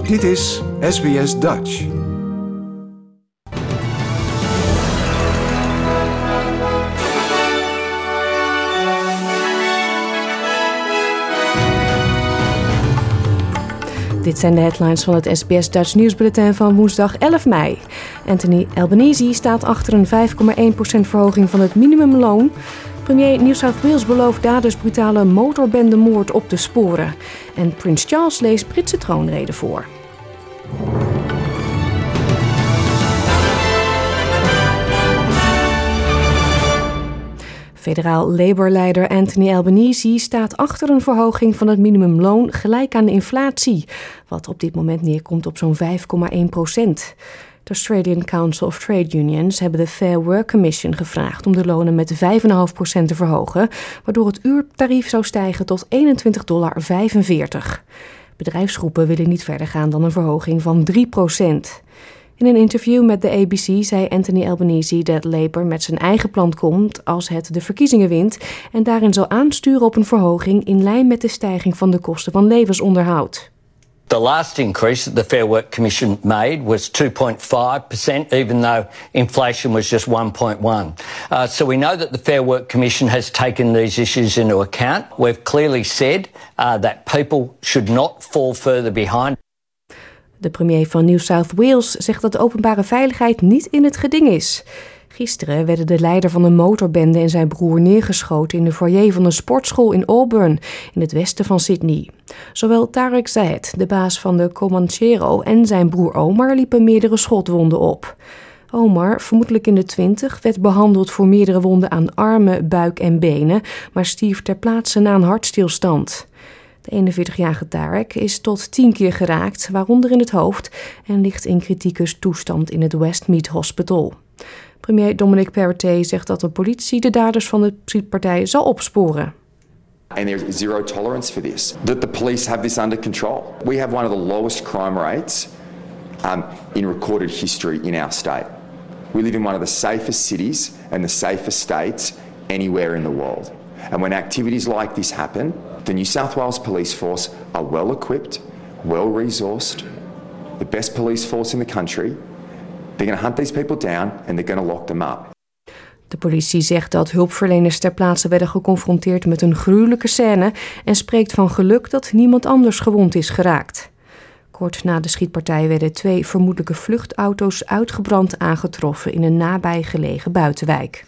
Dit is SBS Dutch. Dit zijn de headlines van het SBS Dutch nieuwsbulletin van woensdag 11 mei. Anthony Albanese staat achter een 5,1% verhoging van het minimumloon. Premier New South Wales belooft daders brutale motorbendemoord op te sporen. En Prins Charles leest Britse troonrede voor. Federaal Labour-leider Anthony Albanese staat achter een verhoging van het minimumloon gelijk aan de inflatie, wat op dit moment neerkomt op zo'n 5,1%. De Australian Council of Trade Unions hebben de Fair Work Commission gevraagd om de lonen met 5,5% te verhogen, waardoor het uurtarief zou stijgen tot $21,45. Bedrijfsgroepen willen niet verder gaan dan een verhoging van 3%. In een interview met de ABC zei Anthony Albanese dat Labour met zijn eigen plan komt als het de verkiezingen wint en daarin zal aansturen op een verhoging in lijn met de stijging van de kosten van levensonderhoud. The last increase that the Fair Work Commission made was 2.5%, even though inflation was just 1.1%. So we know that the Fair Work Commission has taken these issues into account. We've clearly said that people should not fall further behind. De premier van New South Wales zegt dat de openbare veiligheid niet in het geding is. Gisteren werden de leider van een motorbende en zijn broer neergeschoten in de foyer van een sportschool in Auburn, in het westen van Sydney. Zowel Tarek Zayed, de baas van de Comanchero, en zijn broer Omar liepen meerdere schotwonden op. Omar, vermoedelijk in de 20, werd behandeld voor meerdere wonden aan armen, buik en benen, maar stierf ter plaatse na een hartstilstand. De 41-jarige Tarek is tot 10 keer geraakt, waaronder in het hoofd, en ligt in kritieke toestand in het Westmead Hospital. Premier Dominic Perrottet zegt dat de politie de daders van de schietpartij zal opsporen. And there's zero tolerance for this. That the police have this under control. We have one of the lowest crime rates in recorded history in our state. We live in one of the safest cities and the safest states anywhere in the world. And when activities like this happen, the New South Wales Police Force are well equipped, well resourced, the best police force in the country. They're going to hunt these people down and they're going to lock them up. De politie zegt dat hulpverleners ter plaatse werden geconfronteerd met een gruwelijke scène en spreekt van geluk dat niemand anders gewond is geraakt. Kort na de schietpartij werden 2 vermoedelijke vluchtauto's uitgebrand aangetroffen in een nabijgelegen buitenwijk.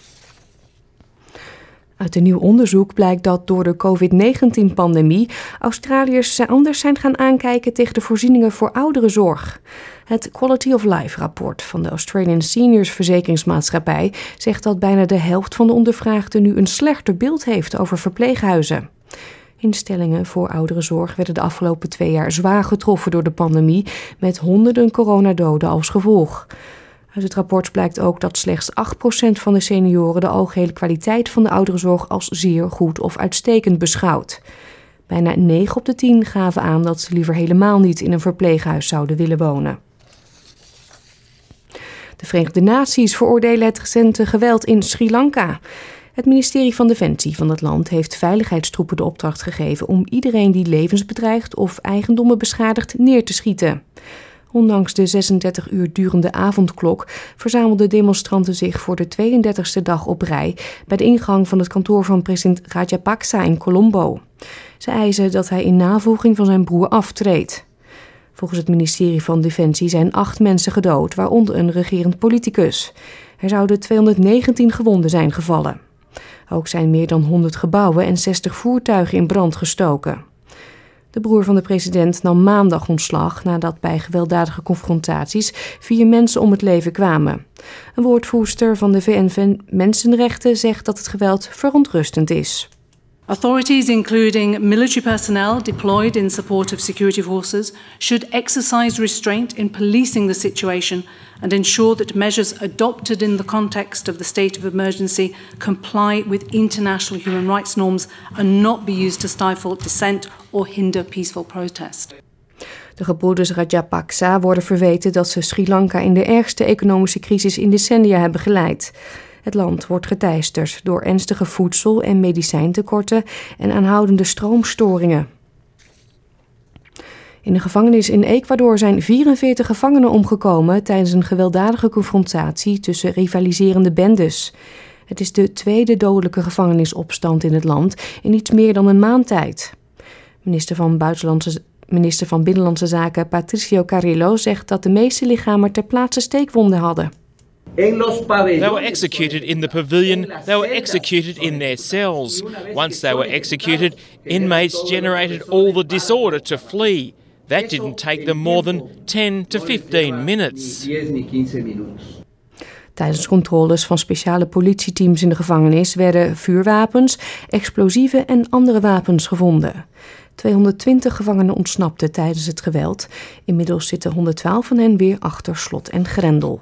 Uit een nieuw onderzoek blijkt dat door de COVID-19-pandemie Australiërs anders zijn gaan aankijken tegen de voorzieningen voor ouderenzorg. Het Quality of Life-rapport van de Australian Seniors Verzekeringsmaatschappij zegt dat bijna de helft van de ondervraagden nu een slechter beeld heeft over verpleeghuizen. Instellingen voor ouderenzorg werden de afgelopen 2 jaar zwaar getroffen door de pandemie, met honderden coronadoden als gevolg. Uit het rapport blijkt ook dat slechts 8% van de senioren de algehele kwaliteit van de ouderenzorg als zeer goed of uitstekend beschouwt. Bijna 9 op de 10 gaven aan dat ze liever helemaal niet in een verpleeghuis zouden willen wonen. De Verenigde Naties veroordelen het recente geweld in Sri Lanka. Het ministerie van Defensie van het land heeft veiligheidstroepen de opdracht gegeven om iedereen die levens bedreigt of eigendommen beschadigt neer te schieten. Ondanks de 36 uur durende avondklok verzamelden demonstranten zich voor de 32e dag op rij bij de ingang van het kantoor van president Rajapaksa in Colombo. Ze eisen dat hij in navolging van zijn broer aftreedt. Volgens het ministerie van Defensie zijn 8 mensen gedood, waaronder een regerend politicus. Er zouden 219 gewonden zijn gevallen. Ook zijn meer dan 100 gebouwen en 60 voertuigen in brand gestoken. De broer van de president nam maandag ontslag nadat bij gewelddadige confrontaties 4 mensen om het leven kwamen. Een woordvoerster van de VN Mensenrechten zegt dat het geweld verontrustend is. Authorities, including military personnel deployed in support of security forces, should exercise restraint in policing the situation and ensure that measures adopted in the context of the state of emergency comply with international human rights norms and not be used to stifle dissent or hinder peaceful protest. De gebroeders Rajapaksa worden verweten dat ze Sri Lanka in de ergste economische crisis in decennia hebben geleid. Het land wordt geteisterd door ernstige voedsel- en medicijntekorten en aanhoudende stroomstoringen. In de gevangenis in Ecuador zijn 44 gevangenen omgekomen tijdens een gewelddadige confrontatie tussen rivaliserende bendes. Het is de tweede dodelijke gevangenisopstand in het land in iets meer dan een maand tijd. Minister van Binnenlandse Zaken Patricio Carrillo zegt dat de meeste lichamen ter plaatse steekwonden hadden. They were executed in the pavilion. They were executed in their cells. Once they were executed, inmates generated all the disorder to flee. That didn't take them more than 10 to 15 minutes. Tijdens controles van speciale politieteams in de gevangenis werden vuurwapens, explosieven en andere wapens gevonden. 220 gevangenen ontsnapten tijdens het geweld. Inmiddels zitten 112 van hen weer achter slot en grendel.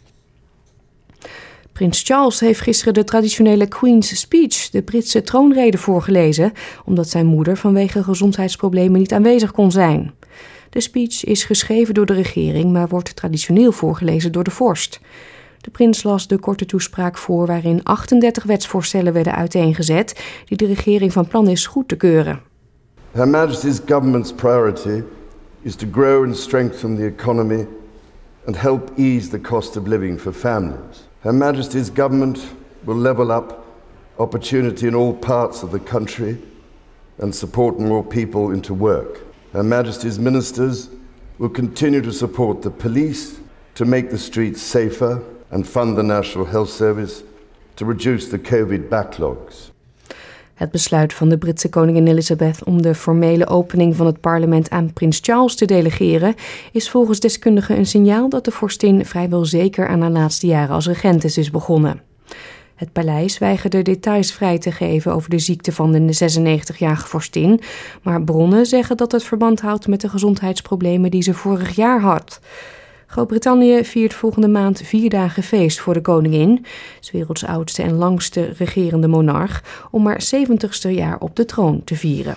Prins Charles heeft gisteren de traditionele Queen's Speech, de Britse troonrede, voorgelezen, omdat zijn moeder vanwege gezondheidsproblemen niet aanwezig kon zijn. De speech is geschreven door de regering, maar wordt traditioneel voorgelezen door de vorst. De prins las de korte toespraak voor waarin 38 wetsvoorstellen werden uiteengezet die de regering van plan is goed te keuren. Her Majesty's government's priority is to grow and strengthen the economy and help ease the cost of living for families. Her Majesty's government will level up opportunity in all parts of the country and support more people into work. Her Majesty's ministers will continue to support the police to make the streets safer and fund the National Health Service to reduce the COVID backlogs. Het besluit van de Britse koningin Elizabeth om de formele opening van het parlement aan prins Charles te delegeren is volgens deskundigen een signaal dat de vorstin vrijwel zeker aan haar laatste jaren als regent is begonnen. Het paleis weigerde details vrij te geven over de ziekte van de 96-jarige vorstin, maar bronnen zeggen dat het verband houdt met de gezondheidsproblemen die ze vorig jaar had. Groot-Brittannië viert volgende maand 4 dagen feest voor de koningin, 's werelds oudste en langste regerende monarch, om haar 70ste jaar op de troon te vieren.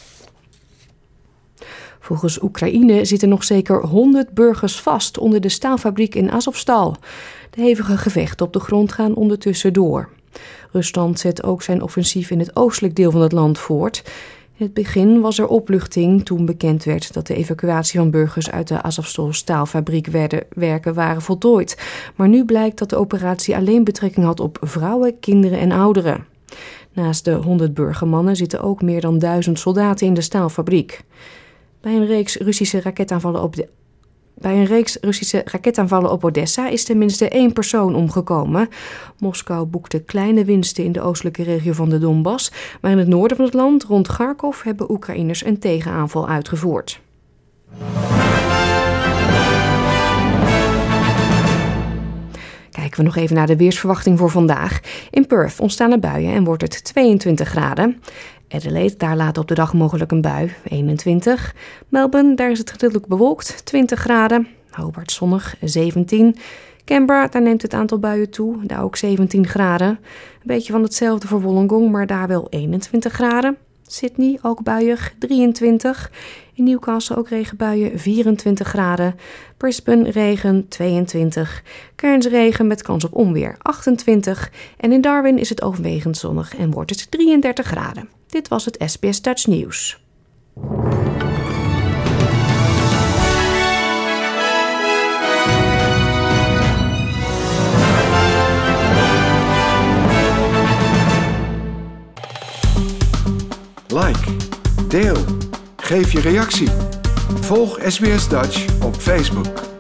Volgens Oekraïne zitten nog zeker 100 burgers vast onder de staalfabriek in Azovstal. De hevige gevechten op de grond gaan ondertussen door. Rusland zet ook zijn offensief in het oostelijk deel van het land voort. In het begin was er opluchting toen bekend werd dat de evacuatie van burgers uit de Azovstal staalfabriek werken waren voltooid. Maar nu blijkt dat de operatie alleen betrekking had op vrouwen, kinderen en ouderen. Naast de 100 burgermannen zitten ook meer dan 1000 soldaten in de staalfabriek. Bij een reeks Russische raketaanvallen op Odessa is tenminste 1 persoon omgekomen. Moskou boekte kleine winsten in de oostelijke regio van de Donbass, maar in het noorden van het land, rond Kharkov, hebben Oekraïners een tegenaanval uitgevoerd. Kijken we nog even naar de weersverwachting voor vandaag. In Perth ontstaan er buien en wordt het 22 graden. Adelaide, daar later op de dag mogelijk een bui, 21. Melbourne, daar is het gedeeltelijk bewolkt, 20 graden. Hobart zonnig, 17. Canberra, daar neemt het aantal buien toe, daar ook 17 graden. Een beetje van hetzelfde voor Wollongong, maar daar wel 21 graden. Sydney, ook buiig, 23. In Newcastle ook regenbuien, 24 graden. Brisbane, regen, 22. Cairns, regen met kans op onweer, 28. En in Darwin is het overwegend zonnig en wordt het 33 graden. Dit was het SBS Dutch Nieuws. Like, deel, geef je reactie. Volg SBS Dutch op Facebook.